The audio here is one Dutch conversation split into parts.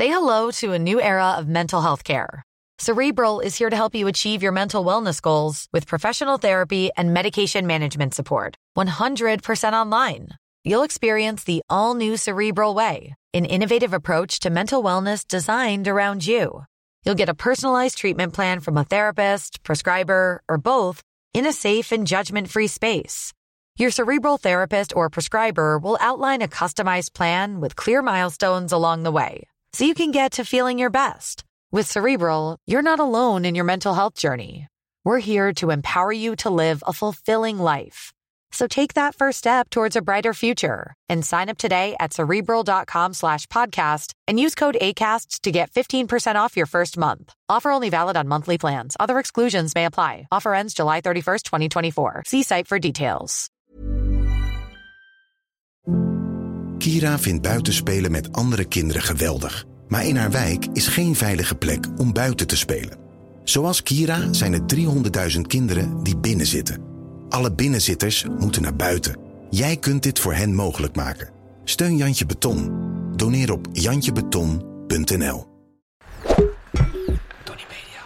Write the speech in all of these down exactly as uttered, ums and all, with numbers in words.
Say hello to a new era of mental health care. Cerebral is here to help you achieve your mental wellness goals with professional therapy and medication management support. one hundred percent online. You'll experience the all-new Cerebral Way, an innovative approach to mental wellness designed around you. You'll get a personalized treatment plan from a therapist, prescriber, or both in a safe and judgment-free space. Your Cerebral therapist or prescriber will outline a customized plan with clear milestones along the way, so you can get to feeling your best. With Cerebral, you're not alone in your mental health journey. We're here to empower you to live a fulfilling life. So take that first step towards a brighter future and sign up today at Cerebral.com slash podcast and use code ACAST to get fifteen percent off your first month. Offer only valid on monthly plans. Other exclusions may apply. Offer ends July thirty-first, twenty twenty-four. See site for details. Kira vindt buitenspelen met andere kinderen geweldig. Maar in haar wijk is geen veilige plek om buiten te spelen. Zoals Kira zijn er driehonderdduizend kinderen die binnenzitten. Alle binnenzitters moeten naar buiten. Jij kunt dit voor hen mogelijk maken. Steun Jantje Beton. Doneer op jantje beton punt n l. Tony Media.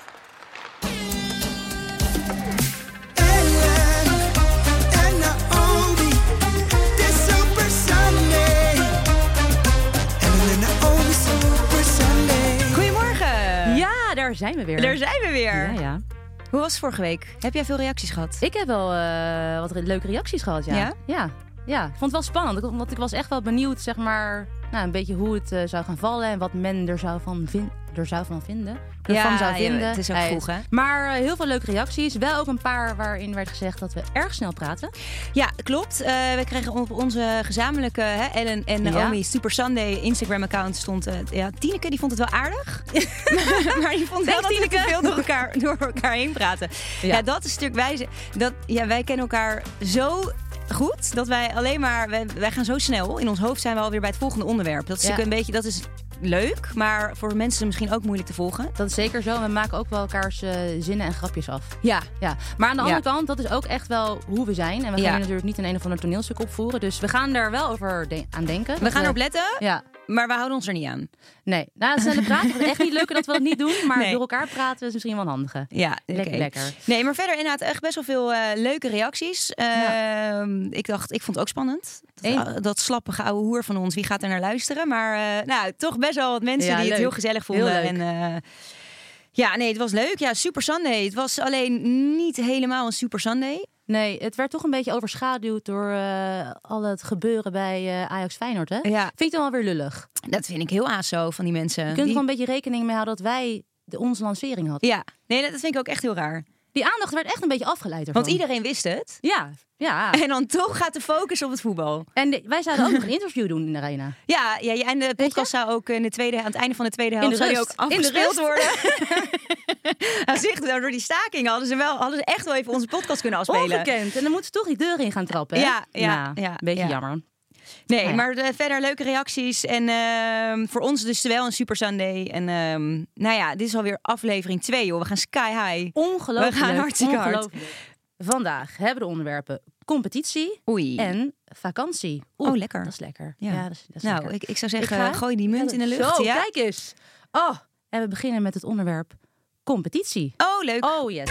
Goedemorgen. Ja, daar zijn we weer. Daar zijn we weer. Ja, ja. Hoe was het vorige week? Heb jij veel reacties gehad? Ik heb wel uh, wat re- leuke reacties gehad, ja. Ja? Ja, ja. Ik vond het wel spannend, want ik was echt wel benieuwd, zeg maar, nou, een beetje hoe het uh, zou gaan vallen en wat men er zou van, vin- er zou van vinden. Ervan Ja, zou vinden. ja, het is ook Hey. vroeg, hè? Maar uh, heel veel leuke reacties. Wel ook een paar waarin werd gezegd dat we erg snel praten. Ja, klopt. Uh, we kregen op onze gezamenlijke hè, Ellen en Naomi Ja. Super Sunday Instagram-account stond... Uh, ja, Tineke die vond het wel aardig. maar die vond wel dat we te veel door elkaar, door elkaar heen praten. Ja. Ja. ja, dat is natuurlijk... Wij, dat, ja, wij kennen elkaar zo... goed, dat wij alleen maar... Wij, wij gaan zo snel. In ons hoofd zijn we alweer bij het volgende onderwerp. Dat is Ja. natuurlijk een beetje... Dat is leuk, maar voor mensen misschien ook moeilijk te volgen. Dat is zeker zo. En we maken ook wel elkaars uh, zinnen en grapjes af. Ja. Ja. Maar aan de Ja. andere kant, dat is ook echt wel hoe we zijn. En we gaan Ja. hier natuurlijk niet een een of ander toneelstuk opvoeren. Dus we gaan daar wel over de- aan denken. We Dat gaan erop letten, Ja. maar we houden ons er niet aan. Nee, na het snelle praten gaat het echt niet lukken dat we dat niet doen. Maar Nee. door elkaar praten is misschien wel een handige. Ja, Lekker, oké. lekker. Nee, maar verder inderdaad echt best wel veel uh, leuke reacties. Uh, Ja. Ik dacht, ik vond het ook spannend. Dat, Eén. uh, dat slappige ouwe hoer van ons, wie gaat er naar luisteren? Maar uh, nou, toch best wel wat mensen Ja, die het leuk. heel gezellig vonden. Heel leuk. En, uh, ja, nee, het was leuk. Ja, Super Sunday. Het was alleen niet helemaal een Super Sunday. Nee, het werd toch een beetje overschaduwd door uh, al het gebeuren bij uh, Ajax Feyenoord, hè? Ja, Vind ik dan wel weer lullig. dat vind ik heel aso van die mensen. Je kunt er Die- gewoon een beetje rekening mee houden dat wij de, onze lancering hadden. Ja, nee, dat vind ik ook echt heel raar. Die aandacht werd echt een beetje afgeleid ervan. Want iedereen wist het. Ja, ja. En dan toch gaat de focus op het voetbal. En de- wij zouden ook nog een interview doen in de arena. Ja, ja, ja, en de podcast zou ook in de tweede, aan het einde van de tweede helft In de zou die rust. ook In de afgespeeld rust. worden. nou, zeg, door die staking hadden ze wel, hadden ze echt wel even onze podcast kunnen afspelen. Ongekend. En dan moeten ze toch die deur in gaan trappen, hè? Ja, ja, Nou, ja, Een beetje ja. jammer. Nee, Nou ja. maar uh, verder leuke reacties. En uh, voor ons dus wel een Super Sunday. En uh, nou ja, dit is alweer aflevering twee, joh. We gaan sky high. Ongelooflijk. We gaan hartstikke hard. ongelooflijk. Vandaag hebben we de onderwerpen competitie Oei. en vakantie. Oeh, Oh, lekker. Dat is lekker. Ja. Ja, dat is, dat is nou, lekker. ik, ik zou zeggen, Ik ga- gooi die munt in de lucht. Zo, ja? kijk eens. Oh, en we beginnen met het onderwerp competitie. Oh, leuk. Oh, yes.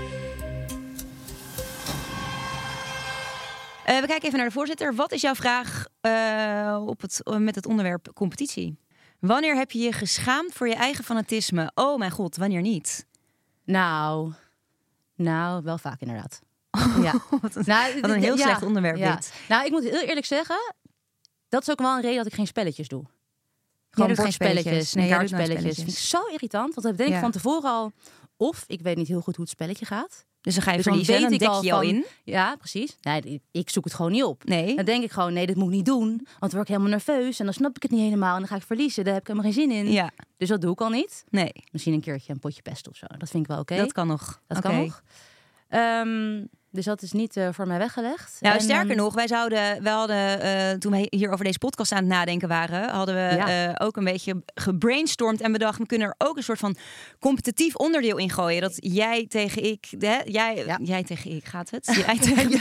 Uh, we kijken even naar de voorzitter. Wat is jouw vraag uh, op het, uh, met het onderwerp competitie? Wanneer heb je je geschaamd voor je eigen fanatisme? Oh mijn god, wanneer niet? Nou, nou, wel vaak inderdaad. Ja. wat een, Nou, wat een heel ja, slecht onderwerp ja. dit. Nou, ik moet heel eerlijk zeggen, dat is ook wel een reden dat ik geen spelletjes doe. Jij Gewoon doet geen bordspelletjes, spelletjes. nee, Nee, jij doet nooit kaartspelletjes. Vind ik spelletjes. zo irritant, want dan denk ik Ja. van tevoren al, of ik weet niet heel goed hoe het spelletje gaat. Dus dan ga je Dus dan verliezen en dan weet ik dek al je je al van- in. Ja, precies. Nee, ik zoek het gewoon niet op. Nee. Dan denk ik gewoon, nee, dit moet ik niet doen. Want dan word ik helemaal nerveus en dan snap ik het niet helemaal. En dan ga ik verliezen, daar heb ik helemaal geen zin in. Ja, Dus dat doe ik al niet. nee. Misschien een keertje een potje pest of zo. Dat vind ik wel oké. Dat kan nog. Dat Oké. kan nog. Um, dus dat is niet uh, voor mij weggelegd. Nou, En, sterker um, nog, wij zouden, wij hadden, uh, toen wij hier over deze podcast aan het nadenken waren, hadden we Ja. uh, ook een beetje gebrainstormd en bedacht, we kunnen er ook een soort van competitief onderdeel in gooien. Dat jij tegen ik, hè, jij, Ja. jij tegen ik gaat het? Jij tegen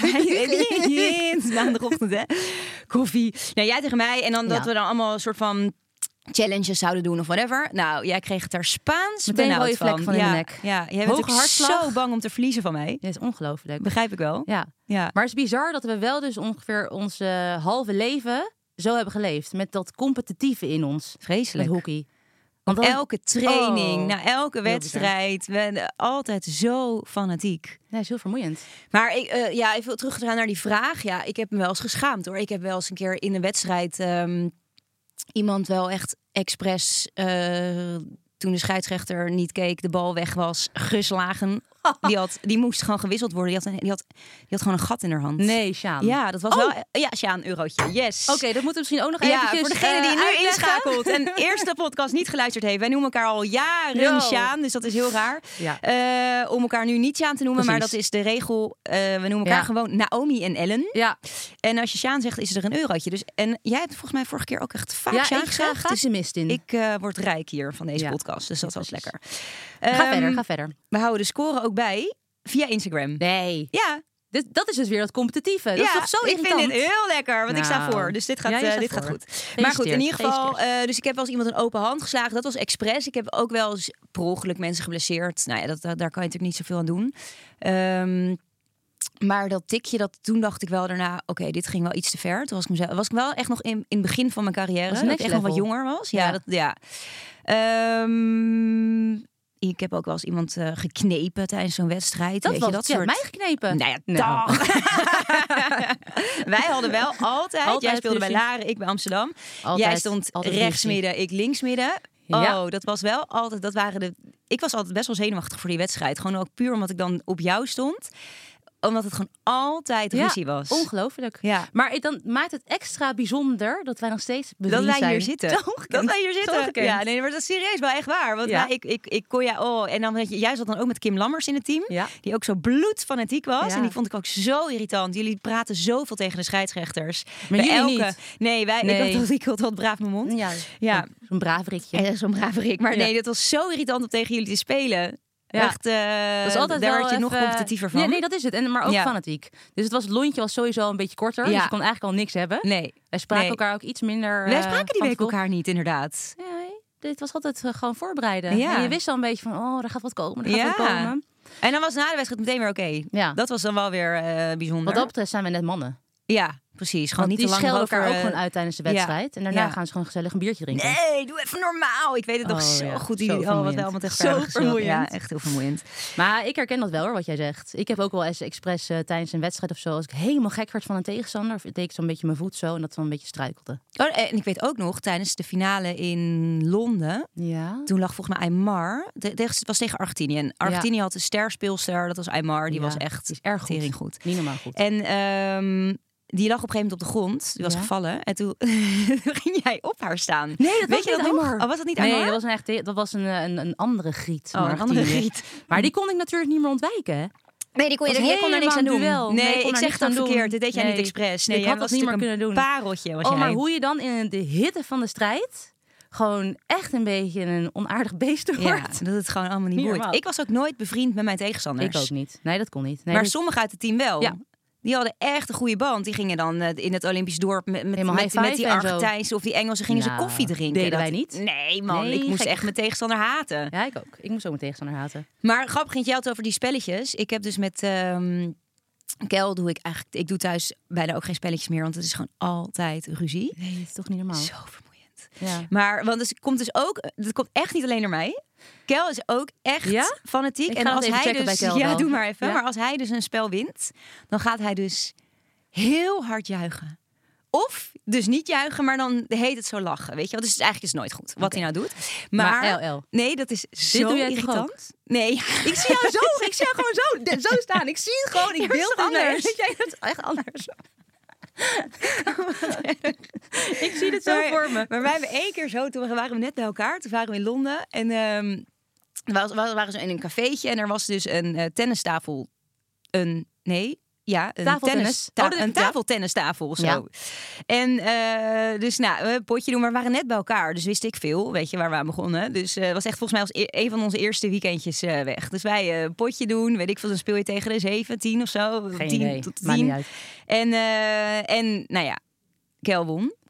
mij. Maandagochtend, hè? Koffie. Nou, jij tegen mij en dan dat Ja. we dan allemaal een soort van challenges zouden doen of whatever. Nou, jij kreeg het er Spaans Meteen benauwd rode vlek van. van in ja, de nek. Ja, jij bent Hoge ook hartslag. zo bang om te verliezen van mij. Dat is ongelooflijk. Begrijp ik wel. Ja. Ja. Maar het is bizar dat we wel dus ongeveer ons uh, halve leven zo hebben geleefd. Met dat competitieve in ons. Vreselijk. Met hockey. Want dan, elke training, oh, na elke wedstrijd, we zijn altijd zo fanatiek. Ja, is heel vermoeiend. Maar ik, uh, ja, even terug te gaan naar die vraag. Ja, ik heb me wel eens geschaamd hoor. Ik heb wel eens een keer in een wedstrijd um, iemand wel echt expres, uh, toen de scheidsrechter niet keek, de bal weg was, geslagen. Die, had, die moest gewoon gewisseld worden. Die had, een, die, had, die had gewoon een gat in haar hand. Nee, Sjaan. Ja, dat was oh. wel... Ja, Sjaan, eurotje. Yes. Oké, okay, dat moeten we misschien ook nog ja, eventjes voor degene die uh, nu uitleggen. inschakelt en eerste podcast niet geluisterd heeft. Wij noemen elkaar al jaren Yo. Sjaan, dus dat is heel raar. Ja. Uh, om elkaar nu niet Sjaan te noemen, Precies. maar dat is de regel. Uh, we noemen elkaar ja. gewoon Naomi en Ellen. Ja. En als je Sjaan zegt, is er een eurotje. Dus, en jij hebt volgens mij vorige keer ook echt vaak ja, Sjaan ik gezegd. Ga dus de mist in. Ik uh, word rijk hier van deze ja. podcast, dus dat was lekker. Ga um, verder, ga verder. We houden de score ook bij via Instagram. Nee. Ja. Dit, dat is dus weer dat competitieve. Dat ja, is toch zo irritant? Ik vind dit heel lekker, want nou, ik sta voor. Dus dit gaat, ja, uh, dit gaat goed. Maar goed, in ieder geval... Uh, dus ik heb wel eens iemand een open hand geslagen. Dat was expres. Ik heb ook wel eens per ongeluk mensen geblesseerd. Nou ja, dat, daar kan je natuurlijk niet zoveel aan doen. Um, maar dat tikje, dat, toen dacht ik wel daarna... Oké, okay, dit ging wel iets te ver. Toen was ik, mezelf, was ik wel echt nog in, in het begin van mijn carrière. Dat, dat ik echt level. nog wat jonger was. Ja, ja. Dat, ja. Um, Ik heb ook wel eens iemand uh, geknepen tijdens zo'n wedstrijd. Dat weet was je, dat ja, soort... mij geknepen. Nou ja, nou. dag. Wij hadden wel altijd... altijd jij speelde bij Laren, ik bij Amsterdam. Altijd, jij stond rechtsmidden, ik linksmidden. Ja. Oh, dat was wel altijd... Dat waren de. Ik was altijd best wel zenuwachtig voor die wedstrijd. Gewoon ook puur omdat ik dan op jou stond. Omdat het gewoon altijd ruzie ja, was. Ongelooflijk. Ja. Maar dan maakt het extra bijzonder dat wij nog steeds bevriend zijn. Dat wij hier zijn. zitten. Dat wij hier zitten. Ja, nee, maar dat is serieus wel echt waar. Want ja. wij, ik, ik, ik kon ja, oh, en dan weet je, jij zat dan ook met Kim Lammers in het team, ja. die ook zo bloedfanatiek was. Ja. En die vond ik ook zo irritant. Jullie praten zoveel tegen de scheidsrechters. Maar jullie elke... niet. Nee, wij. Nee. Ik had ik had wat braaf mijn mond. Ja, ja. zo'n braverikje. Ja, zo'n braverik. Maar ja. nee, dat was zo irritant om tegen jullie te spelen. Ja. Echt, uh, dat is altijd daar word je even... nog competitiever van. Ja, nee, dat is het. En, maar ook ja. fanatiek. Dus het, was, het lontje was sowieso een beetje korter. Ja. Dus je kon eigenlijk al niks hebben. Nee. Wij spraken nee. elkaar ook iets minder... Wij spraken die uh, week elkaar niet, inderdaad. Nee, dit was altijd uh, gewoon voorbereiden. Ja. En je wist al een beetje van, oh, er gaat wat komen, er gaat ja. wat komen. En dan was na de wedstrijd meteen weer oké. Okay. Ja. Dat was dan wel weer uh, bijzonder. Wat dat betreft zijn we net mannen. Ja, precies. Gewoon Want niet die te lang schelden elkaar over, ook gewoon uit tijdens de wedstrijd. Ja. En daarna ja. gaan ze gewoon gezellig een biertje drinken. Nee, doe even normaal. Ik weet het nog oh, zo ja. goed. Die, zo oh, wat wij allemaal tegen elkaar Zo vermoeiend. Ja, echt heel vermoeiend. Maar ik herken dat wel hoor, wat jij zegt. Ik heb ook wel eens expres uh, tijdens een wedstrijd of zo, als ik helemaal gek werd van een tegenstander, deed ik zo'n beetje mijn voet zo en dat we een beetje struikelde. Oh, en ik weet ook nog, tijdens de finale in Londen, ja. toen lag volgens mij Aymar, het was tegen Argentinië. En Argentinië ja. had een sterspeelster, dat was Aymar, die ja, was echt die is erg goed. Tering goed. Niet normaal goed. En um, die lag op een gegeven moment op de grond. Die was ja. gevallen. En toen ging jij op haar staan. Nee, dat Weet was je niet dat Aymar. nog? Oh, was dat niet Aymar? Nee, dat was een, echt, dat was een, een, een andere Griet. Oh, een andere Griet. Maar die kon ik natuurlijk niet meer ontwijken, hè? Nee, die kon je, je kon er niks aan doen. Duel. Nee, nee ik zeg dat verkeerd. Dit deed jij nee. niet expres. Nee, ik had dat niet meer kunnen doen. Pareltje was oh, jij. maar hoe je dan in de hitte van de strijd gewoon echt een beetje een onaardig beest wordt. Ja, dat het gewoon allemaal niet, niet boeit. Ik was ook nooit bevriend met mijn tegenstanders. Ik ook niet. Nee, dat kon niet. Nee, maar dat... sommigen uit het team wel. Ja. Die hadden echt een goede band. Die gingen dan uh, in het Olympisch dorp met, met, met, met die Argentijnse of die Engelsen gingen nou, ze koffie drinken. Deden dat... wij niet? Nee man, nee, ik moest gek. echt mijn tegenstander haten. Ja, ik ook. Ik moest ook mijn tegenstander haten. Maar grappig ging je altijd over die spelletjes. Ik heb dus met um, Kel doe ik eigenlijk... Ik doe thuis bijna ook geen spelletjes meer, want het is gewoon altijd ruzie. Nee, dat is toch niet normaal. Zo vermoeiend. Ja. Maar, want het komt dus ook... Het komt echt niet alleen door mij. Kel is ook echt ja? fanatiek. Ik en als hij dus, bij Kel ja, wel. doe maar even. Ja? Maar als hij dus een spel wint, dan gaat hij dus heel hard juichen. Of dus niet juichen, maar dan heet het zo lachen. Weet je, want het is eigenlijk is nooit goed wat okay. hij nou doet. Maar, maar L L. Nee, dat is zo Dit doe jij irritant. Nee, ik zie jou zo. Ik zie jou gewoon zo, zo staan. Ik zie het gewoon. Ik wil het anders. Jij doet het echt anders. Ik zie het zo maar, voor me. Maar wij hebben één keer zo, toen waren we net bij elkaar. Toen waren we in Londen. En um, we waren zo in een cafeetje. En er was dus een uh, tennistafel. Een, nee... Ja, een, tennis, ta- oh, een tafeltennistafel of zo. Ja. En uh, dus nou, een potje doen, maar we waren net bij elkaar. Dus wist ik veel, weet je, waar we aan begonnen. Dus het uh, was echt volgens mij als e- een van onze eerste weekendjes uh, weg. Dus wij een uh, potje doen, weet ik veel, dan speel je tegen de zeven, tien of zo. Geen tien idee. tot tien. Maakt niet uit. En, uh, en nou ja, Kel won.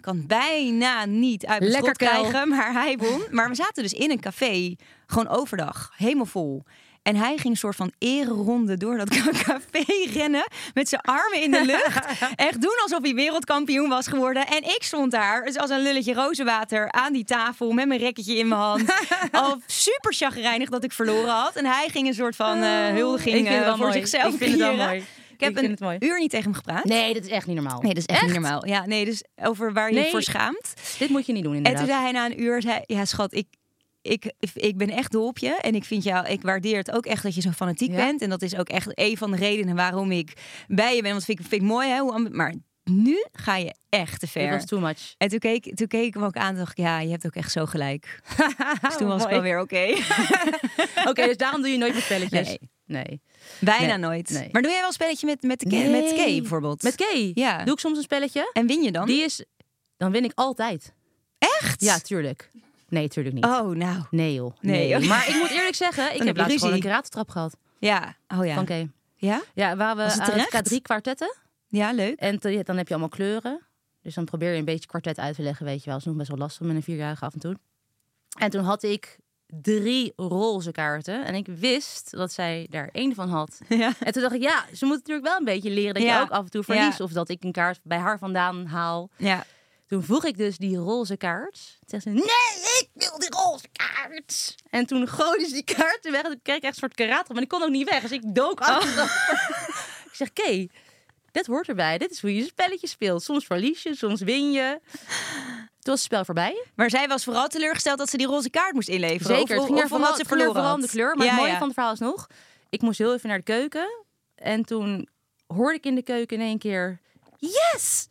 kan het bijna niet uit mijn Lekker strot kuil. krijgen, maar hij won. Maar we zaten dus in een café, gewoon overdag, helemaal vol. En hij ging een soort van ereronde door dat café rennen met zijn armen in de lucht. Echt doen alsof hij wereldkampioen was geworden. En ik stond daar dus als een lulletje rozenwater aan die tafel met mijn rekketje in mijn hand. Al super chagrijnig dat ik verloren had. En hij ging een soort van uh, huldiging Ik vind het uh, wel voor mooi. zichzelf Ik vind het wel vieren. mooi. Ik heb Ik vind een het mooi. uur niet tegen hem gepraat. Nee, dat is echt niet normaal. Nee, dat is echt, Echt? niet normaal. Ja, nee, dus over waar je je Nee. voor schaamt. Dit moet je niet doen En inderdaad. toen zei hij na een uur, zei, ja schat, ik, ik, ik ben echt dol op je. En ik vind jou, ik waardeer het ook echt dat je zo fanatiek Ja. bent. En dat is ook echt een van de redenen waarom ik bij je ben. Want vind ik, vind ik mooi, hè? Hoe ambi- maar nu ga je echt te Dit ver. was too much. En toen keek, toen keek ik hem ook aan en dacht ik, ja, je hebt ook echt zo gelijk. Dus toen was het Mooi. wel weer oké. Oké, dus daarom doe je nooit meer spelletjes? Nee. Nee. Bijna Nee, nooit. nee. Maar doe jij wel een spelletje met, met, de Kay- Nee. met Kay bijvoorbeeld? Met Kay? Ja. Doe ik soms een spelletje. En win je dan? Die is... Dan win ik altijd. Echt? Ja, tuurlijk. Nee, tuurlijk niet. Oh, nou. Nee joh. Nee, joh. Maar ik moet eerlijk zeggen, ik heb heb je laatst gewoon een ruzie. karatetrap gehad. Ja. Oh ja. Van Kay. Ja? Ja, waar we Was het aan het terecht? K drie kwartetten. Ja, leuk. En te- dan heb je allemaal kleuren. Dus dan probeer je een beetje kwartet uit te leggen, weet je wel. Dat is nog best wel lastig met een vierjarige af en toe. En toen had ik drie roze kaarten. En ik wist dat zij daar één van had. Ja. En toen dacht ik, ja, ze moet natuurlijk wel een beetje leren dat Ja. je ook af en toe verliest. Ja. Of dat ik een kaart bij haar vandaan haal. Ja. Toen vroeg ik dus die roze kaart. Toen zegt ze, nee, ik wil die roze kaart. En toen gooide ze die kaarten weg. En toen kreeg ik echt een soort karate. Maar ik kon ook niet weg. Dus ik dook achterover. Ik zeg, Kay, dit hoort erbij. Dit is hoe je een spelletje speelt. Soms verlies je, soms win je. Toen was het spel voorbij. Maar zij was vooral teleurgesteld dat ze die roze kaart moest inleveren. Zeker, Of, het ging er of vooral, omdat ze het ging er verloren vooral om had. de kleur. Maar Ja, het mooie ja. van het verhaal is nog... Ik moest heel even naar de keuken. En toen hoorde ik in de keuken in één keer... Yes!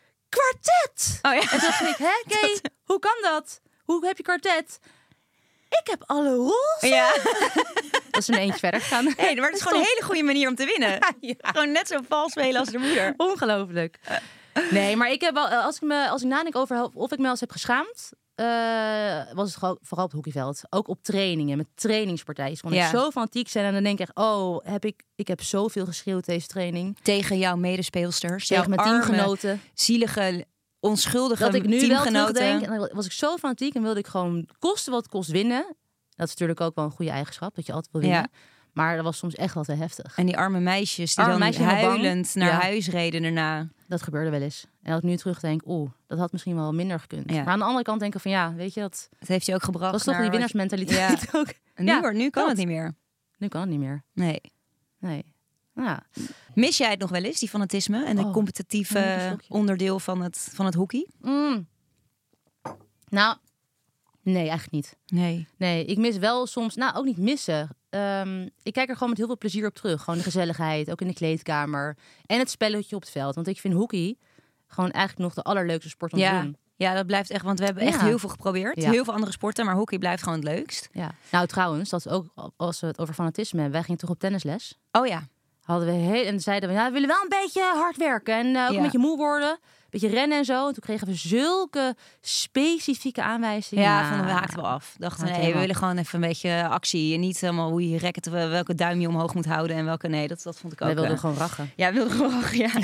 Kwartet! Oh ja. En toen dacht ik, hè, Kay, hoe kan dat? Hoe heb je kwartet? Ik heb alle roze. Ja. Dat is een eentje verder gegaan. Hey, maar het is gewoon een hele goede manier om te winnen. Ja. Gewoon net zo vals spelen als de moeder. Ongelooflijk. Nee, maar ik heb wel, als ik me, als ik nadenk over of ik me wel eens heb geschaamd, uh, was het gewoon vooral op het hockeyveld. Ook op trainingen, met trainingspartijen. Kon Ja. ik zo fanatiek zijn en dan denk ik echt, oh, heb ik, ik heb zoveel geschreeuwd deze training. Tegen jouw medespeelsters. Tegen jouw mijn arme, teamgenoten. Zielige, onschuldige Dat ik nu wel teamgenoten. terugdenk, en dan was ik zo fanatiek en wilde ik gewoon kosten wat het kost winnen. Dat is natuurlijk ook wel een goede eigenschap, dat je altijd wil winnen. Ja. Maar dat was soms echt wel te heftig. En die arme meisjes die Arme dan meisjes helemaal bang. huilend naar Ja. huis reden daarna. Dat gebeurde wel eens. En dat ik nu terugdenk, oeh, dat had misschien wel minder gekund. Ja. Maar aan de andere kant denk ik van ja, weet je, dat, Dat heeft je ook gebracht. dat is toch naar die wat- winnaarsmentaliteit ook. En nu, Ja, hoor, nu kan dat. het niet meer. Nu kan het niet meer. Nee. Nee. Ja. Mis jij het nog wel eens, die fanatisme en het Oh, competitieve nog een slokje. onderdeel van het, van het hockey? Mm. Nou, nee, eigenlijk niet. Nee. Nee, ik mis wel soms, nou ook niet missen. Ehm, ik kijk er gewoon met heel veel plezier op terug. Gewoon de gezelligheid, ook in de kleedkamer. En het spelletje op het veld. Want ik vind hockey gewoon eigenlijk nog de allerleukste sport om te Ja. doen. ja, dat blijft echt, want we hebben echt Ja. heel veel geprobeerd. Ja. Heel veel andere sporten, maar hockey blijft gewoon het leukst. Ja. Nou trouwens, dat is ook als we het over fanatisme hebben. Wij gingen toch op tennisles. Oh ja. Hadden we heel, en zeiden we, ja, we willen wel een beetje hard werken. En uh, ook Ja. een beetje moe worden. Een beetje rennen en zo. En toen kregen we zulke specifieke aanwijzingen. Ja, Nou, vonden we haakten we af. Dachten haakten nee, we we af. willen gewoon even een beetje actie. En niet helemaal hoe je racket, welke duim je omhoog moet houden en welke nee. Dat, dat vond ik ook. Wij wilden eh, gewoon rachen. Ja, we wilden gewoon rachen, ja.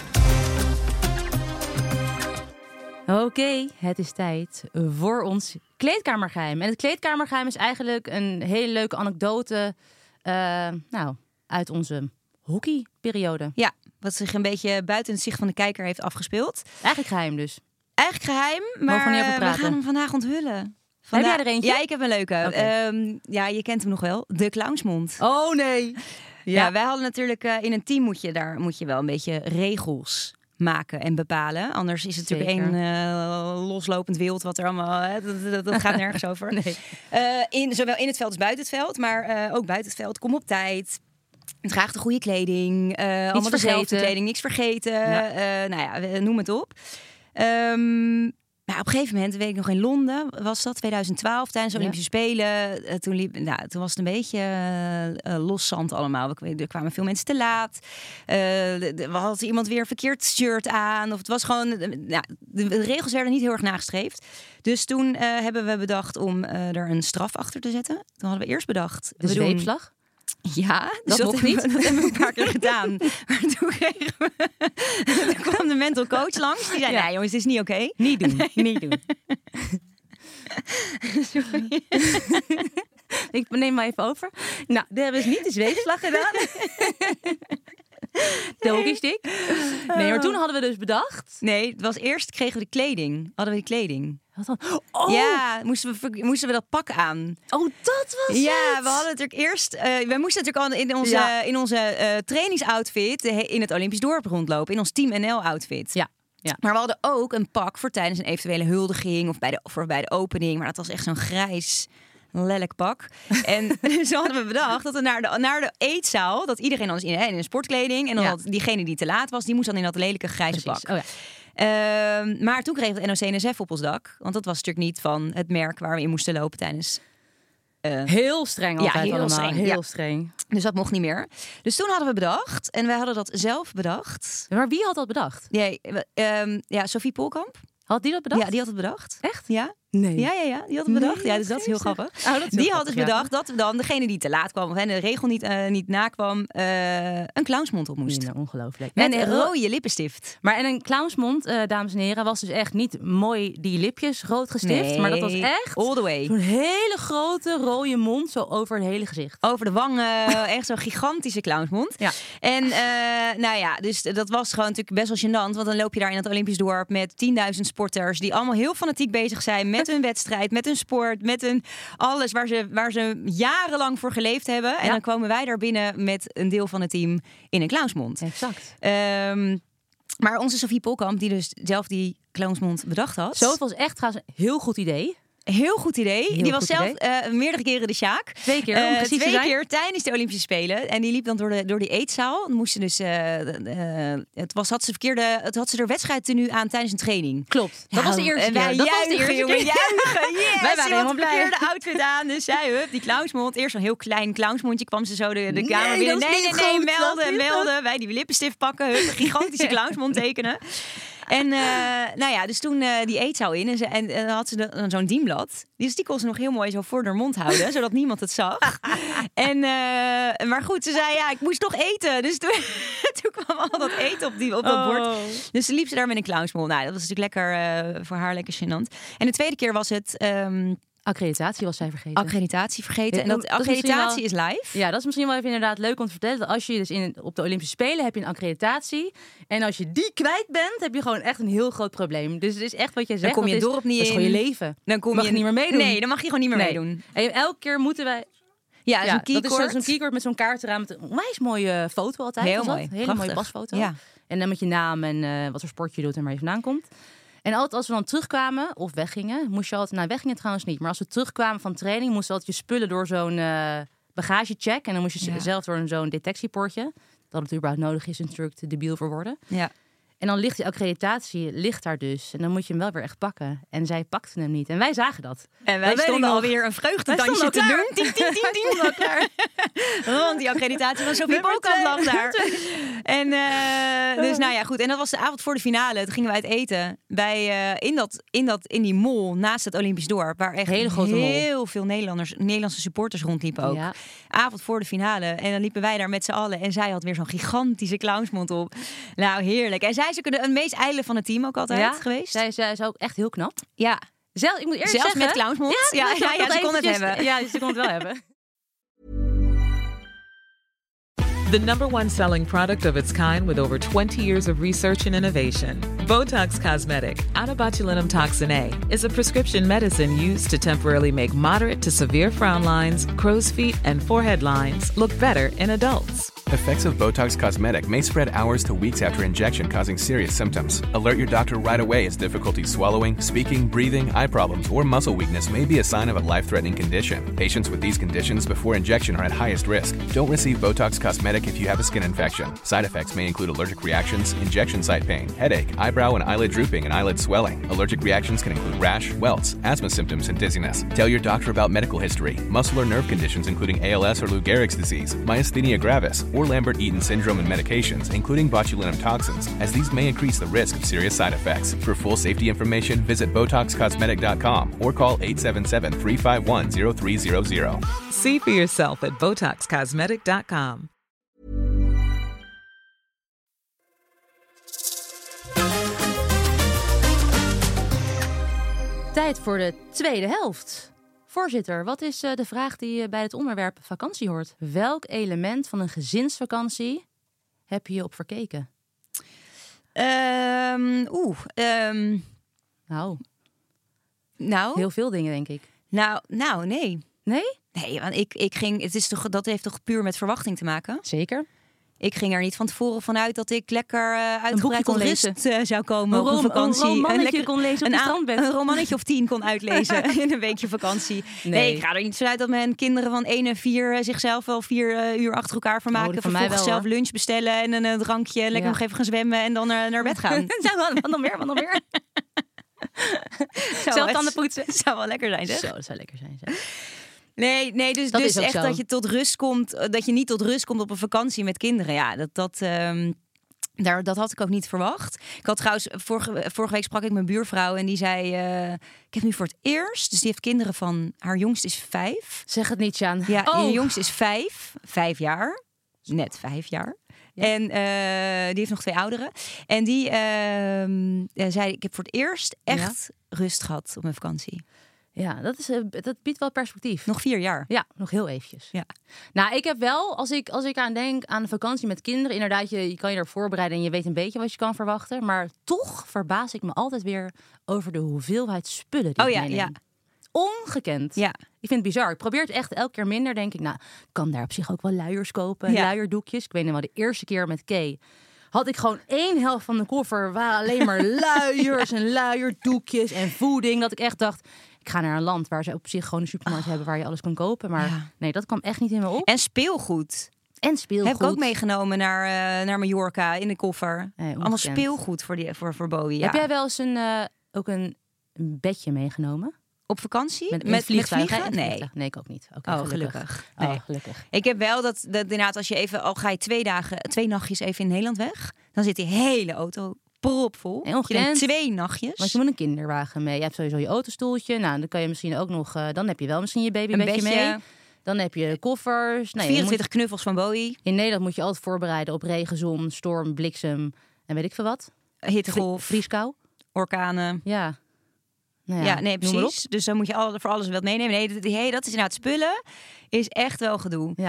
Oké, het is tijd voor ons kleedkamergeheim. En het kleedkamergeheim is eigenlijk een hele leuke anekdote uh, nou, uit onze hockeyperiode. Ja, wat zich een beetje buiten het zicht van de kijker heeft afgespeeld. Eigenlijk geheim dus. Eigenlijk geheim, maar gewoon niet over we praten. gaan hem vandaag onthullen. Heb jij er eentje? Ja, ik heb een leuke. Oké. Um, ja, je kent hem nog wel. De clownsmond. Oh nee. Ja, ja wij hadden natuurlijk uh, in een team moet je daar moet je wel een beetje regels maken en bepalen. Anders is het Zeker. natuurlijk één uh, loslopend wild wat er allemaal... Hè, dat, dat, dat gaat nergens over. Nee. Uh, in, zowel in het veld als buiten het veld. Maar uh, ook buiten het veld. Kom op tijd. Draag de goede kleding. Uh, allemaal dezelfde vergeten. kleding. Niks vergeten. Ja. Uh, nou ja, noem het op. Um, Maar op een gegeven moment, weet ik nog in Londen, was dat twintig twaalf, tijdens de Ja. Olympische Spelen. Uh, toen, liep, nou, toen was het een beetje uh, uh, los zand allemaal. We, er kwamen veel mensen te laat. Uh, de, de, had iemand weer een verkeerd shirt aan. Of het was gewoon, uh, nou, de, de regels werden niet heel erg nagestreefd. Dus toen uh, hebben we bedacht om uh, er een straf achter te zetten. Toen hadden we eerst bedacht. De we doen- zweepslag? Ja, dus dat, dat mocht niet. Hebben, dat hebben we een paar keer gedaan. Maar toen kregen we... Toen kwam de mental coach langs. Die zei, ja. nee jongens, dit is niet oké. Okay. Niet doen, nee. niet doen. Sorry. Ik neem maar even over. Nou, daar hebben we dus niet de zweepslag gedaan. Doggy stick. Nee, maar toen hadden we dus bedacht... Nee, het was eerst kregen we de kleding. Hadden we de kleding. Wat dan? Oh. Ja, moesten we, moesten we dat pak aan. Oh, dat was ja, het. we hadden natuurlijk eerst... Uh, we moesten natuurlijk al in onze, ja. in onze uh, trainingsoutfit in het Olympisch dorp rondlopen. In ons Team N L-outfit. Ja. Ja. Maar we hadden ook een pak voor tijdens een eventuele huldiging of bij de, voor bij de opening. Maar dat was echt zo'n grijs... lelijk pak. En zo hadden we bedacht dat we naar de, naar de eetzaal, dat iedereen dan in, in een sportkleding en dan ja. had diegene die te laat was, die moest dan in dat lelijke grijze Precies. pak. Oh, ja. Uh, maar toen kregen we het N O C N S F op ons dak, want dat was natuurlijk niet van het merk waar we in moesten lopen tijdens... Uh, heel streng altijd ja, heel allemaal. streng. Heel ja. streng. Dus dat mocht niet meer. Dus toen hadden we bedacht, en wij hadden dat zelf bedacht. Maar wie had dat bedacht? Ja, um, ja Sophie Polkamp. Had die dat bedacht? Ja, die had het bedacht. Echt? Ja. Nee. Ja, ja, ja, die had het bedacht. Nee, ja, dus dat is heel grappig. Oh, dat is die heel had grappig, dus bedacht ja. dat we dan degene die te laat kwam of de regel niet, uh, niet nakwam, uh, een clownsmond op moest. Ja, ongelooflijk. Met en een rode lippenstift. Maar en een clownsmond, uh, dames en heren, was dus echt niet mooi die lipjes rood gestift. Nee, maar dat was echt all the way. Zo'n hele grote rode mond, zo over het hele gezicht. Over de wangen, echt zo'n gigantische clownsmond. Ja. En uh, nou ja, dus dat was gewoon natuurlijk best wel gênant. Want dan loop je daar in het Olympisch dorp met tienduizend sporters die allemaal heel fanatiek bezig zijn met hun wedstrijd, met hun sport, met hun alles waar ze, waar ze jarenlang voor geleefd hebben. En ja. dan komen wij daar binnen met een deel van het team in een clownsmond. Exact. Um, maar onze Sophie Polkamp, die dus zelf die clownsmond bedacht had. Zo, het was echt trouwens een heel goed idee. Heel goed idee. Heel die was zelf uh, meerdere keren de Sjaak. Twee keer, om uh, precies Twee te zijn. keer tijdens de Olympische Spelen. En die liep dan door de, door die eetzaal. Dan moest ze dus... Uh, uh, het was, had ze verkeerde... Het had ze er wedstrijdtenue aan tijdens een training. Klopt. Dat ja, was de eerste keer. Wij dat juichen, was de eerste jongen, keer. Juichen, yes, wij waren helemaal blij. Ze had de outfit aan. Dus zij, hup, die clownsmond. Eerst zo'n heel klein clownsmondje kwam ze zo de, de kamer nee, binnen. Nee, nee, nee, goed, melden, melden. Wij die lippenstift pakken. Hup, een gigantische clownsmond tekenen. En uh, nou ja, dus toen uh, die eetzaal in en, ze, en uh, had ze de, zo'n dienblad. Dus die kon ze nog heel mooi zo voor haar mond houden, zodat niemand het zag. En, uh, maar goed, ze zei ja, ik moest toch eten. Dus toen, toen kwam al dat eten op, die, op dat oh. bord. Dus ze liep ze daar met een clownsmond. Nou, dat was natuurlijk lekker uh, voor haar lekker gênant. En de tweede keer was het... Um, accreditatie was zij vergeten. Accreditatie vergeten. En dat, dat accreditatie is, wel, is live. Ja, dat is misschien wel even inderdaad leuk om te vertellen. Dat als je dus in, op de Olympische Spelen heb je een accreditatie. En als je die kwijt bent, heb je gewoon echt een heel groot probleem. Dus het is echt wat jij zegt. Dan kom je het dorp niet in. Dat is gewoon je leven. Dan kom mag je niet meer meedoen. Nee, dan mag je gewoon niet meer nee. meedoen. En elke keer moeten wij... Ja, ja zo'n keycord. Dat is zo'n keycord met zo'n kaart eraan. Met een onwijs mooie foto altijd. Heel mooi. Een hele Prachtig. mooie pasfoto. Ja. En dan met je naam en uh, wat voor sport je doet en waar je vandaan komt. En altijd als we dan terugkwamen of weggingen, moest je altijd... Nou, weggingen trouwens niet. Maar als we terugkwamen van training, moesten we altijd je spullen door zo'n uh, bagagecheck. En dan moest je ja. zelf door zo'n detectiepoortje. Dat het überhaupt nodig is, natuurlijk te debiel voor worden. Ja. En dan ligt die accreditatie ligt daar dus. En dan moet je hem wel weer echt pakken. En zij pakte hem niet. En wij zagen dat. En wij dat stonden alweer een vreugdedansje te doen. Tien, tien, tien, tien. Klaar. Want die accreditatie van Sophie Polkamp lag daar. En uh, dus nou ja, goed. En dat was de avond voor de finale. Toen gingen wij het eten bij uh, in dat in dat in die mall naast het Olympisch dorp, waar echt hele grote heel mall. veel Nederlanders, Nederlandse supporters rondliepen ook. Ja. Avond voor de finale. En dan liepen wij daar met z'n allen. En zij had weer zo'n gigantische clownsmond op. Nou, heerlijk. En zij is ook de meest ijdele van het team ook altijd ja, geweest. Zij, zij is ook echt heel knap. Ja. Zelf, ik moet eerlijk Zelfs zeggen, met clownsmond? Ja, ja, ja, ja, ja ze kon het hebben. Ja, ze kon het wel hebben. The number one selling product of its kind with over twenty years of research and innovation. Botox Cosmetic, out of botulinum toxin A, is a prescription medicine used to temporarily make moderate to severe frown lines, crow's feet, and forehead lines look better in adults. Effects of Botox Cosmetic may spread hours to weeks after injection, causing serious symptoms. Alert your doctor right away as difficulty swallowing, speaking, breathing, eye problems, or muscle weakness may be a sign of a life-threatening condition. Patients with these conditions before injection are at highest risk. Don't receive Botox Cosmetic if you have a skin infection. Side effects may include allergic reactions, injection site pain, headache, eyebrow and eyelid drooping, and eyelid swelling. Allergic reactions can include rash, welts, asthma symptoms, and dizziness. Tell your doctor about medical history, muscle or nerve conditions including A L S or Lou Gehrig's disease, myasthenia gravis, or Lambert-Eaton syndrome and medications, including botulinum toxins, as these may increase the risk of serious side effects. For full safety information, visit Botox Cosmetic dot com or call eight seven seven, three five one, zero three zero zero. See for yourself at Botox Cosmetic dot com. Tijd voor de tweede helft. Voorzitter, wat is uh, de vraag die uh, bij het onderwerp vakantie hoort? Welk element van een gezinsvakantie heb je je op verkeken? Um, Oeh. Um, nou. Nou. Heel veel dingen, denk ik. Nou, nou nee. Nee? Nee, want ik, ik ging... Het is toch, dat heeft toch puur met verwachting te maken? Zeker. Ik ging er niet van tevoren vanuit dat ik lekker uh, uitgebreid kon tot rust uh, zou komen een op een vakantie. Een romannetje lekker, kon lezen op een, het strandbed. Een romannetje of tien kon uitlezen in een weekje vakantie. Nee. nee, ik ga er niet vanuit dat mijn kinderen van één en vier uh, zichzelf wel vier uh, uur achter elkaar vermaken. Oh, vervolgens zelf lunch bestellen en een uh, drankje. Lekker ja. nog even gaan zwemmen en dan uh, naar bed gaan. Wat dan weer, wat dan weer. Zelf tanden poetsen. Zou wel lekker zijn, zeg. Zo, dat zou lekker zijn, zeg. Nee, nee, dus, dat dus echt zo. dat je tot rust komt, dat je niet tot rust komt op een vakantie met kinderen. Ja, dat, dat, um, daar, dat had ik ook niet verwacht. Ik had trouwens, vorige, vorige week sprak ik mijn buurvrouw en die zei, uh, ik heb nu voor het eerst, dus die heeft kinderen van, haar jongste is vijf. Zeg het niet, Sjaan. Ja, oh. haar jongste is vijf, vijf jaar, net vijf jaar. Ja. En uh, die heeft nog twee ouderen. En die uh, zei, ik heb voor het eerst echt ja? rust gehad op mijn vakantie. Ja, dat, is, dat biedt wel perspectief. Nog vier jaar. Ja, nog heel eventjes. Ja. Nou, ik heb wel, als ik, als ik aan denk aan een vakantie met kinderen... inderdaad, je, je kan je er voorbereiden en je weet een beetje wat je kan verwachten. Maar toch verbaas ik me altijd weer over de hoeveelheid spullen die oh, ik ja, meeneem. Ja. Ongekend. Ja. Ik vind het bizar. Ik probeer het echt elke keer minder. Denk ik, nou, kan daar op zich ook wel luiers kopen. Ja. Luierdoekjes. Ik weet nog wel, de eerste keer met Kay... had ik gewoon één helft van de koffer... waar alleen maar luiers en luierdoekjes en voeding. Dat ik echt dacht... ik ga naar een land waar ze op zich gewoon een supermarkt oh. hebben... waar je alles kan kopen. Maar ja. nee, dat kwam echt niet in me op. En speelgoed. En speelgoed. Heb ik ook meegenomen naar, uh, naar Mallorca in de koffer. Nee, allemaal speelgoed voor, die, voor, voor Bowie. Ja. Heb jij wel eens een, uh, ook een bedje meegenomen? Op vakantie? Met, met vliegtuig? Met vliegen? Nee. nee, ik ook niet. Okay, oh, gelukkig. gelukkig. Nee. Oh, gelukkig. Ik heb wel dat, dat inderdaad, als je even, al ga je twee dagen, twee nachtjes even in Nederland weg, dan zit die hele auto propvol. En ongekend. Twee nachtjes. Want je moet een kinderwagen mee. Je hebt sowieso je autostoeltje. Nou, dan kan je misschien ook nog, uh, dan heb je wel misschien je babybedje mee. Dan heb je koffers. Nee, vierentwintig moet... knuffels van Bowie. In Nederland moet je altijd voorbereiden op regen, zon, storm, bliksem en weet ik veel wat. Hittegolf. Vrieskou. Orkanen. Ja. Nou ja, ja, nee, precies. Dus dan moet je al, voor alles wat meenemen. Nee, dat, hey, dat is inderdaad spullen. Is echt wel gedoe. Ja. Um,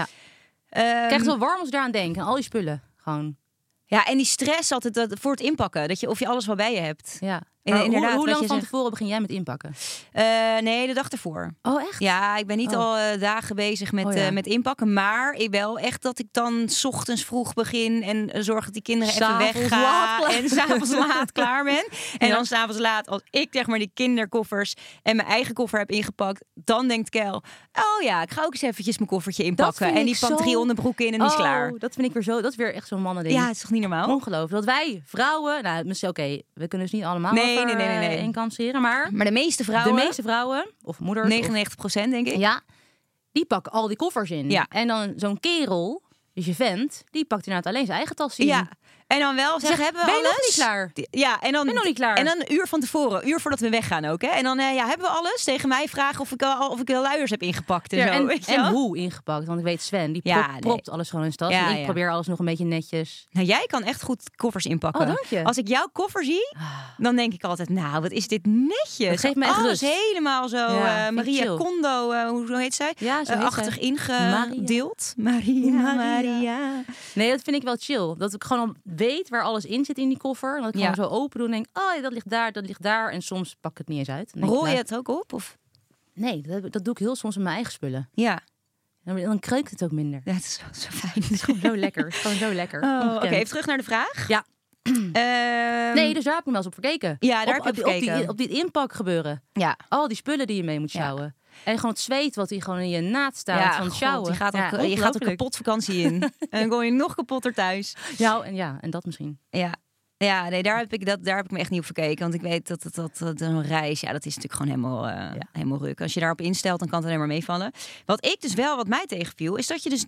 ik krijg het wel warm als ik daaraan denk. En al die spullen. Gewoon. Ja, en die stress altijd dat, voor het inpakken. Dat je, of je alles wel bij je hebt. Ja. En, inderdaad, hoe hoe lang van zegt... tevoren begin jij met inpakken? Uh, nee, de dag ervoor. Oh, echt? Ja, ik ben niet oh. al uh, dagen bezig met, oh, ja. uh, met inpakken. Maar ik wel echt dat ik dan 's ochtends vroeg begin. En uh, zorg dat die kinderen s'avonds even weggaan. En s'avonds laat klaar ben. En ja. dan s'avonds laat, als ik zeg maar die kinderkoffers en mijn eigen koffer heb ingepakt. Dan denkt Kel, oh ja, ik ga ook eens eventjes mijn koffertje inpakken. En die pakt zo... drie onderbroeken in en die oh, is klaar. Dat vind ik weer zo, dat is weer echt zo'n mannending. Ja, het is toch niet normaal? Ongelooflijk. Dat wij vrouwen, nou misschien oké, okay, we kunnen dus niet allemaal nee, over, nee, nee, nee, nee. in kanseren, maar... Maar de meeste vrouwen... De meeste vrouwen, of moeders... negenennegentig procent denk ik. Ja, die pakken al die koffers in. Ja. En dan zo'n kerel, dus je vent, die pakt inderdaad alleen zijn eigen tas in. Ja. En dan wel zeggen, hebben we ben je alles? nog niet klaar? Ja, en dan, ben je nog niet klaar? En dan een uur van tevoren, een uur voordat we weggaan ook. Hè? En dan uh, ja, hebben we alles. Tegen mij vragen of ik al of ik de luiers heb ingepakt en ja, zo. En, weet je en wel? hoe ingepakt? Want ik weet Sven, die prop, ja, nee. propt alles gewoon in zijn tas. Ja, en ik ja. probeer alles nog een beetje netjes. Nou, jij kan echt goed koffers inpakken. Oh, dank je. Als ik jouw koffer zie, dan denk ik altijd, nou, wat is dit netjes. Dat geeft me echt alles rust. helemaal zo Ja, uh, Maria chill. Kondo, uh, hoe, hoe heet zij? Ja, zo uh, heet achtig zij. ingedeeld. Maria. Maria. Maria. Maria. Nee, dat vind ik wel chill. Dat ik gewoon weet waar alles in zit in die koffer. En dat ik Ja. gewoon zo open doe en denk, oh ja, dat ligt daar, dat ligt daar. En soms pak ik het niet eens uit. Dan denk Rol ik, je nou, het ook op? Of? Nee, dat, dat doe ik heel soms in mijn eigen spullen. Ja. Dan, dan kreukt het ook minder. Ja, het is wel zo fijn. Het is gewoon zo lekker. Het is gewoon zo lekker. Oh, Oké, Ongekend. even terug naar de vraag. Ja. Um, Nee, dus daar heb ik me wel eens op verkeken. Ja, daar op, heb je op, op op, die, gekeken. op dit inpak gebeuren. Ja. Al die spullen die je mee moet Ja. sjouwen. En gewoon het zweet wat die gewoon in je naad staat Ja, van het god, sjouwen. je gaat ook, Ja, je gaat ook ongelooflijk. kapot vakantie in. En dan kom je nog kapotter thuis. Ja, en ja, en dat misschien. Ja. Ja, nee, daar heb ik dat, daar heb ik me echt niet op gekeken. Want ik weet dat dat, dat, dat een reis, ja, dat is natuurlijk gewoon helemaal, uh, ja. helemaal ruk. Als je daarop instelt, dan kan het alleen maar meevallen. Wat ik dus wel, wat mij tegenviel, is dat je dus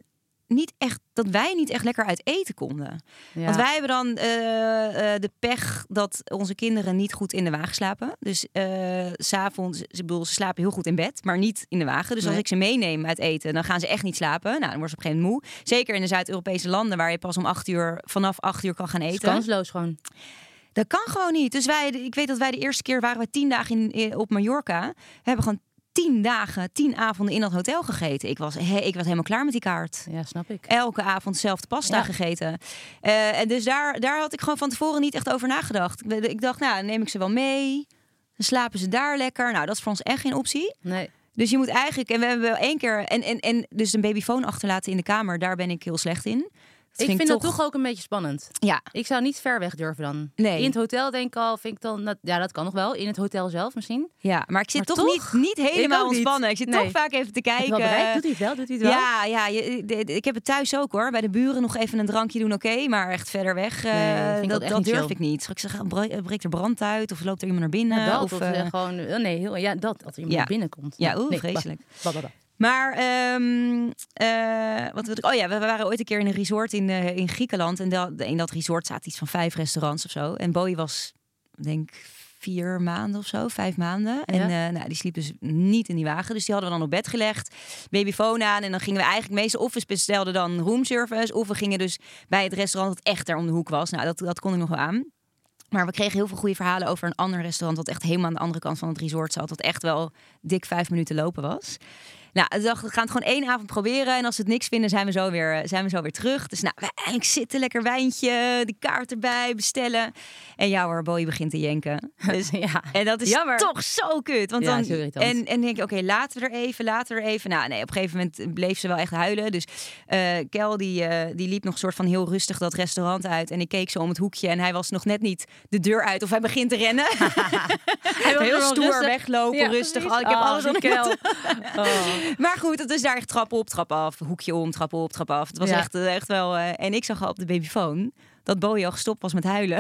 niet echt, dat wij niet echt lekker uit eten konden. Ja. Want wij hebben dan uh, uh, de pech dat onze kinderen niet goed in de wagen slapen. Dus uh, 's avonds, ze, bedoel, ze slapen heel goed in bed, maar niet in de wagen. Dus nee. als ik ze meeneem uit eten, dan gaan ze echt niet slapen. Nou, dan worden ze op een gegeven moment moe. Zeker in de Zuid-Europese landen, waar je pas om acht uur, vanaf acht uur kan gaan eten. Dat is kansloos gewoon. Dat kan gewoon niet. Dus wij, ik weet dat wij de eerste keer waren we tien dagen in, in, op Mallorca. We hebben gewoon tien dagen, tien avonden in dat hotel gegeten. Ik was, he, ik was helemaal klaar met die kaart. Ja, snap ik. Elke avond dezelfde pasta ja. gegeten. Uh, en dus daar, daar had ik gewoon van tevoren niet echt over nagedacht. Ik, ik dacht, nou, dan neem ik ze wel mee. Dan slapen ze daar lekker. Nou, dat is voor ons echt geen optie. Nee. Dus je moet eigenlijk... En we hebben wel één keer... En, en, en dus een babyfoon achterlaten in de kamer. Daar ben ik heel slecht in. Dat ik vind toch... dat toch ook een beetje spannend. Ja. Ik zou niet ver weg durven dan. Nee. In het hotel denk ik al, vind ik dan... Dat, ja, dat kan nog wel. In het hotel zelf misschien. Ja, maar ik zit maar toch, toch niet, niet helemaal ik ontspannen. Ik zit nee. toch vaak even te kijken. Wel bereikt? Doet hij het wel? Doet hij het wel? Ja, ja je, de, de, ik heb het thuis ook hoor. Bij de buren nog even een drankje doen, oké. Okay, maar echt verder weg, uh, nee, dat, dat, dat durf chill. ik niet. Ik zeg, breekt er brand uit? Of loopt er iemand naar binnen? Ja, dat, of of uh, gewoon... Nee, heel, ja, dat. Als er iemand ja. naar binnen komt. Ja, oeh, nee, vreselijk. Bah, bah, bah. Maar um, uh, wat wil ik? Oh ja, we waren ooit een keer in een resort in, uh, in Griekenland. En dat, in dat resort zaten iets van vijf restaurants of zo. En Bowie was, denk ik, vier maanden of zo, vijf maanden. En ja. uh, nou, die sliep dus niet in die wagen. Dus die hadden we dan op bed gelegd. Babyfoon aan. En dan gingen we eigenlijk meestal... Of we bestelden dan roomservice. Of we gingen dus bij het restaurant dat echt daar om de hoek was. Nou, dat, dat kon ik nog wel aan. Maar we kregen heel veel goede verhalen over een ander restaurant... wat echt helemaal aan de andere kant van het resort zat. Wat echt wel dik vijf minuten lopen was. Nou, we dachten, we gaan het gewoon één avond proberen. En als we het niks vinden, zijn we zo weer, zijn we zo weer terug. Dus nou, we eindelijk zitten, lekker wijntje, die kaart erbij, bestellen. En ja hoor, Bowie begint te jenken. Dus, ja. En dat is Jammer. toch zo kut. Want ja, dan, zo irritant. en, en denk ik, oké, okay, laten we er even, laten we er even. Nou nee, op een gegeven moment bleef ze wel echt huilen. Dus uh, Kel, die, uh, die liep nog soort van heel rustig dat restaurant uit. En ik keek zo om het hoekje en hij was nog net niet de deur uit. Of hij begint te rennen. Hij wil heel stoer rustig. weglopen, ja, rustig. Oh, ik heb oh, alles aan Kel. Oh. Maar goed, het is daar echt trap op, trap af, hoekje om, trap op, trap af. Het was ja. echt, echt wel... Uh, en ik zag al op de babyfoon dat Bowie al gestopt was met huilen.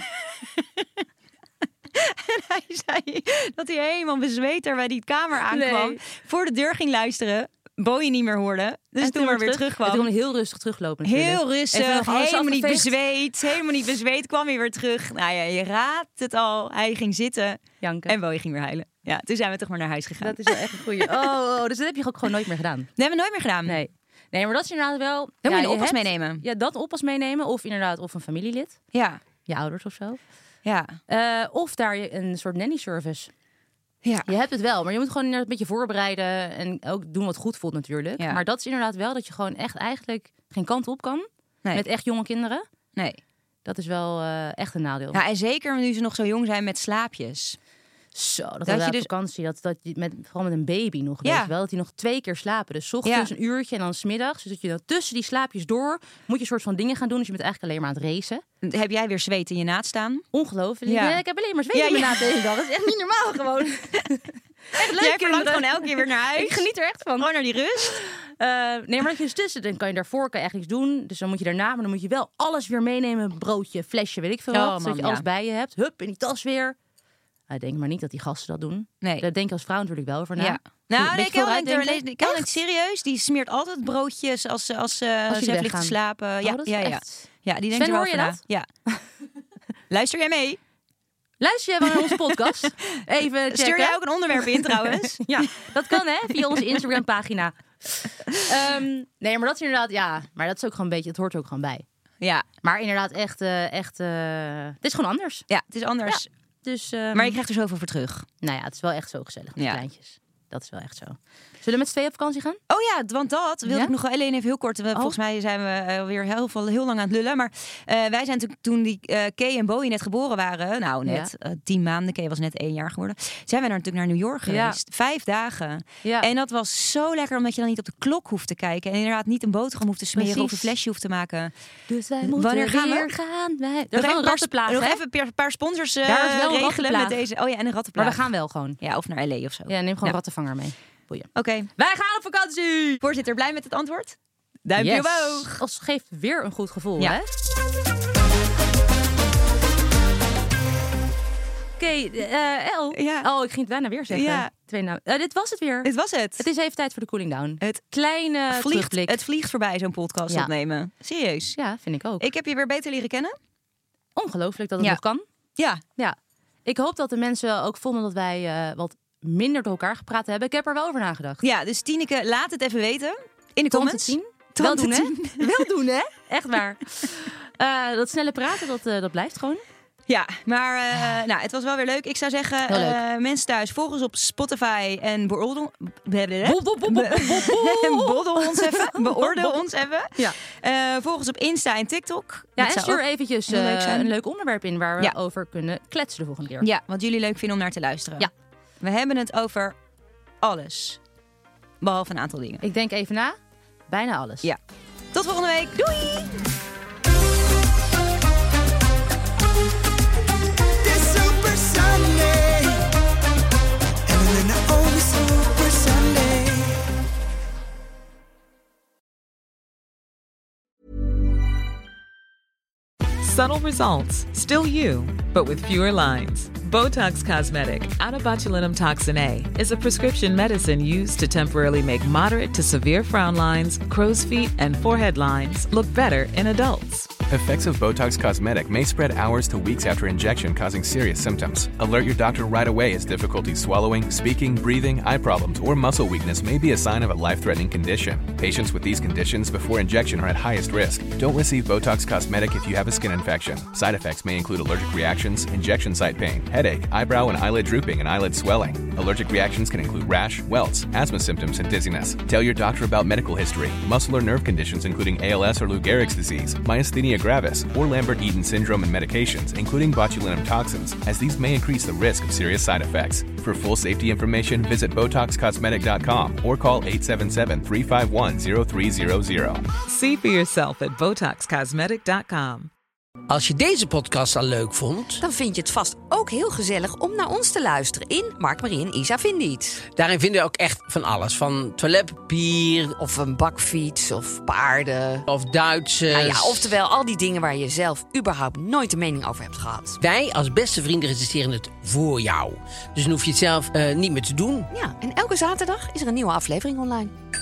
En hij zei dat hij helemaal bezweet er bij die kamer aankwam. Nee. Voor de deur ging luisteren. Bowie niet meer hoorde. Dus en toen maar weer terug kwam. En toen heel rustig teruglopen. Natuurlijk. Heel rustig, helemaal niet bezweet. Helemaal niet bezweet, kwam hij weer terug. Nou ja, je raadt het al. Hij ging zitten. Janken. En Bowie ging weer huilen. Ja, toen zijn we toch maar naar huis gegaan. Dat is wel echt een goeie. Oh, oh, dus dat heb je ook gewoon nooit meer gedaan. Dat hebben we nooit meer gedaan. Nee. Nee, maar dat is inderdaad wel... Dan ja, moet je een oppas hebt, meenemen. Ja, dat oppas meenemen. Of inderdaad, of een familielid. Ja. Je ouders of zo. Ja. Uh, of daar een soort nanny service. Ja. Je hebt het wel, maar je moet gewoon een beetje voorbereiden. En ook doen wat goed voelt natuurlijk. Ja. Maar dat is inderdaad wel dat je gewoon echt eigenlijk geen kant op kan. Nee. Met echt jonge kinderen. Nee. Dat is wel uh, echt een nadeel. Ja, en zeker nu ze nog zo jong zijn met slaapjes. Zo, dat, dat je dus vakantie, dat, dat je met, vooral met een baby nog, ja. weet je wel, dat die nog twee keer slapen. Dus 's ochtends ja. een uurtje en dan 's middags. Dus dat je dan tussen die slaapjes door moet je een soort van dingen gaan doen. Dus je bent eigenlijk alleen maar aan het racen. Heb jij weer zweet in je naad staan? Ongelooflijk. Ja. Ja, ik heb alleen maar zweet ja, in mijn ja. naad deze dag. Dat is echt niet normaal gewoon. Echt leuk. Jij verlangt gewoon elke keer weer naar huis. Ik geniet er echt van. Gewoon naar die rust. Uh, nee, maar dat je dus tussen, dan kan je daarvoor kan je eigenlijk iets doen. Dus dan moet je daarna, maar dan moet je wel alles weer meenemen. Broodje, flesje, weet ik veel wat. Oh, man, zodat je ja. alles bij je hebt. Hup, in die tas weer. Ik denk maar niet dat die gasten dat doen. Nee. Daar denk ik als vrouw natuurlijk wel over na. Ja. Nou, nee, ik kan het serieus. Die smeert altijd broodjes als, als, uh, als ze even ligt te slapen. Oh, ja, ja, ja. Echt... ja, die denkt er wel hoor je na. dat? Ja. Luister jij mee? Luister jij wel naar onze podcast? Even checken. Stuur jij ook een onderwerp in trouwens? Ja, dat kan hè, via onze Instagram pagina. Um, nee, maar dat is inderdaad, ja, maar dat is ook gewoon een beetje, het hoort er ook gewoon bij. Ja. Maar inderdaad echt, uh, echt, uh, het is gewoon anders. Ja, het is anders. Ja. Dus, um, maar je krijgt er zoveel voor terug. Nou ja, het is wel echt zo gezellig met ja. kleintjes. Dat is wel echt zo. Zullen we met z'n tweeën op vakantie gaan? Oh ja, want dat wilde ja? ik nog alleen even heel kort. Oh. Volgens mij zijn we uh, weer heel, veel, heel lang aan het lullen. Maar uh, wij zijn natuurlijk toen die uh, Kay en Bowie net geboren waren. Nou, net ja. uh, tien maanden. Kay was net één jaar geworden. Zijn we natuurlijk naar New York geweest. Ja. Vijf dagen. Ja. En dat was zo lekker omdat je dan niet op de klok hoeft te kijken. En inderdaad niet een boterham hoeft te smeren. Precies. Of een flesje hoeft te maken. Dus wij moeten Wanneer gaan weer we? gaan. Wij... Nog even, rattenplaag, nog even een paar sponsors uh, Daar is wel regelen met deze. Oh ja, en een rattenplaag. Maar we gaan wel gewoon. Ja, of naar L A of zo. Ja, neem gewoon ja. rattenvanger mee. Oké. Okay. Wij gaan op vakantie! Voorzitter, blij met het antwoord? Duimpje yes. omhoog. Dat geeft weer een goed gevoel, ja. hè? okay, uh, El. Ja. Oh, ik ging het bijna weer zeggen. Ja. Twee namen. Uh, dit was het weer. Dit was het. Het is even tijd voor de cooling down. Het kleine vliegt, terugblik. Het vliegt voorbij, zo'n podcast ja. opnemen. Serieus. Ja, vind ik ook. Ik heb je weer beter leren kennen. Ongelooflijk dat het ja. nog kan. Ja. ja. Ik hoop dat de mensen ook vonden dat wij uh, wat minder door elkaar gepraat hebben. Ik heb er wel over nagedacht. Ja, dus Tineke, laat het even weten. In de Toont comments. Het zien. Toont Wel doen, het hè? zien. Wel doen, hè? Echt waar. Uh, dat snelle praten, dat, uh, dat blijft gewoon. Ja, maar uh, nou, het was wel weer leuk. Ik zou zeggen, uh, mensen thuis, volg ons op Spotify en beoordeel, beoordeel ons even. Beoordeel ons even. Ja. Uh, volg ons op Insta en TikTok. Ja, en stuur eventjes uh, leuk een leuk onderwerp in waar we ja. over kunnen kletsen de volgende keer. Ja, wat jullie leuk vinden om naar te luisteren. Ja. We hebben het over alles. Behalve een aantal dingen. Ik denk even na. Bijna alles. Ja. Tot volgende week. Doei! Subtle results, still you, but with fewer lines. Botox Cosmetic, out of botulinum toxin A, is a prescription medicine used to temporarily make moderate to severe frown lines, crow's feet, and forehead lines look better in adults. Effects of Botox Cosmetic may spread hours to weeks after injection, causing serious symptoms. Alert your doctor right away as difficulty swallowing, speaking, breathing, eye problems, or muscle weakness may be a sign of a life-threatening condition. Patients with these conditions before injection are at highest risk. Don't receive Botox Cosmetic if you have a skin infection. Side effects may include allergic reactions, injection site pain, headache, eyebrow and eyelid drooping, and eyelid swelling. Allergic reactions can include rash, welts, asthma symptoms, and dizziness. Tell your doctor about medical history, muscle or nerve conditions including A L S or Lou Gehrig's disease, myasthenia gravis, or Lambert-Eaton syndrome and medications, including botulinum toxins, as these may increase the risk of serious side effects. For full safety information, visit Botox Cosmetic dot com or call eight seven seven, three five one, zero three zero zero. See for yourself at Botox Cosmetic dot com. Als je deze podcast al leuk vond, dan vind je het vast ook heel gezellig om naar ons te luisteren in Mark, Marie en Isa Vinden Iets. Daarin vinden we ook echt van alles. Van toiletpapier, of een bakfiets, of paarden. Of Duitsers. Nou ja, oftewel al die dingen waar je zelf überhaupt nooit een mening over hebt gehad. Wij als beste vrienden recenseren het voor jou. Dus dan hoef je het zelf uh, niet meer te doen. Ja, en elke zaterdag is er een nieuwe aflevering online.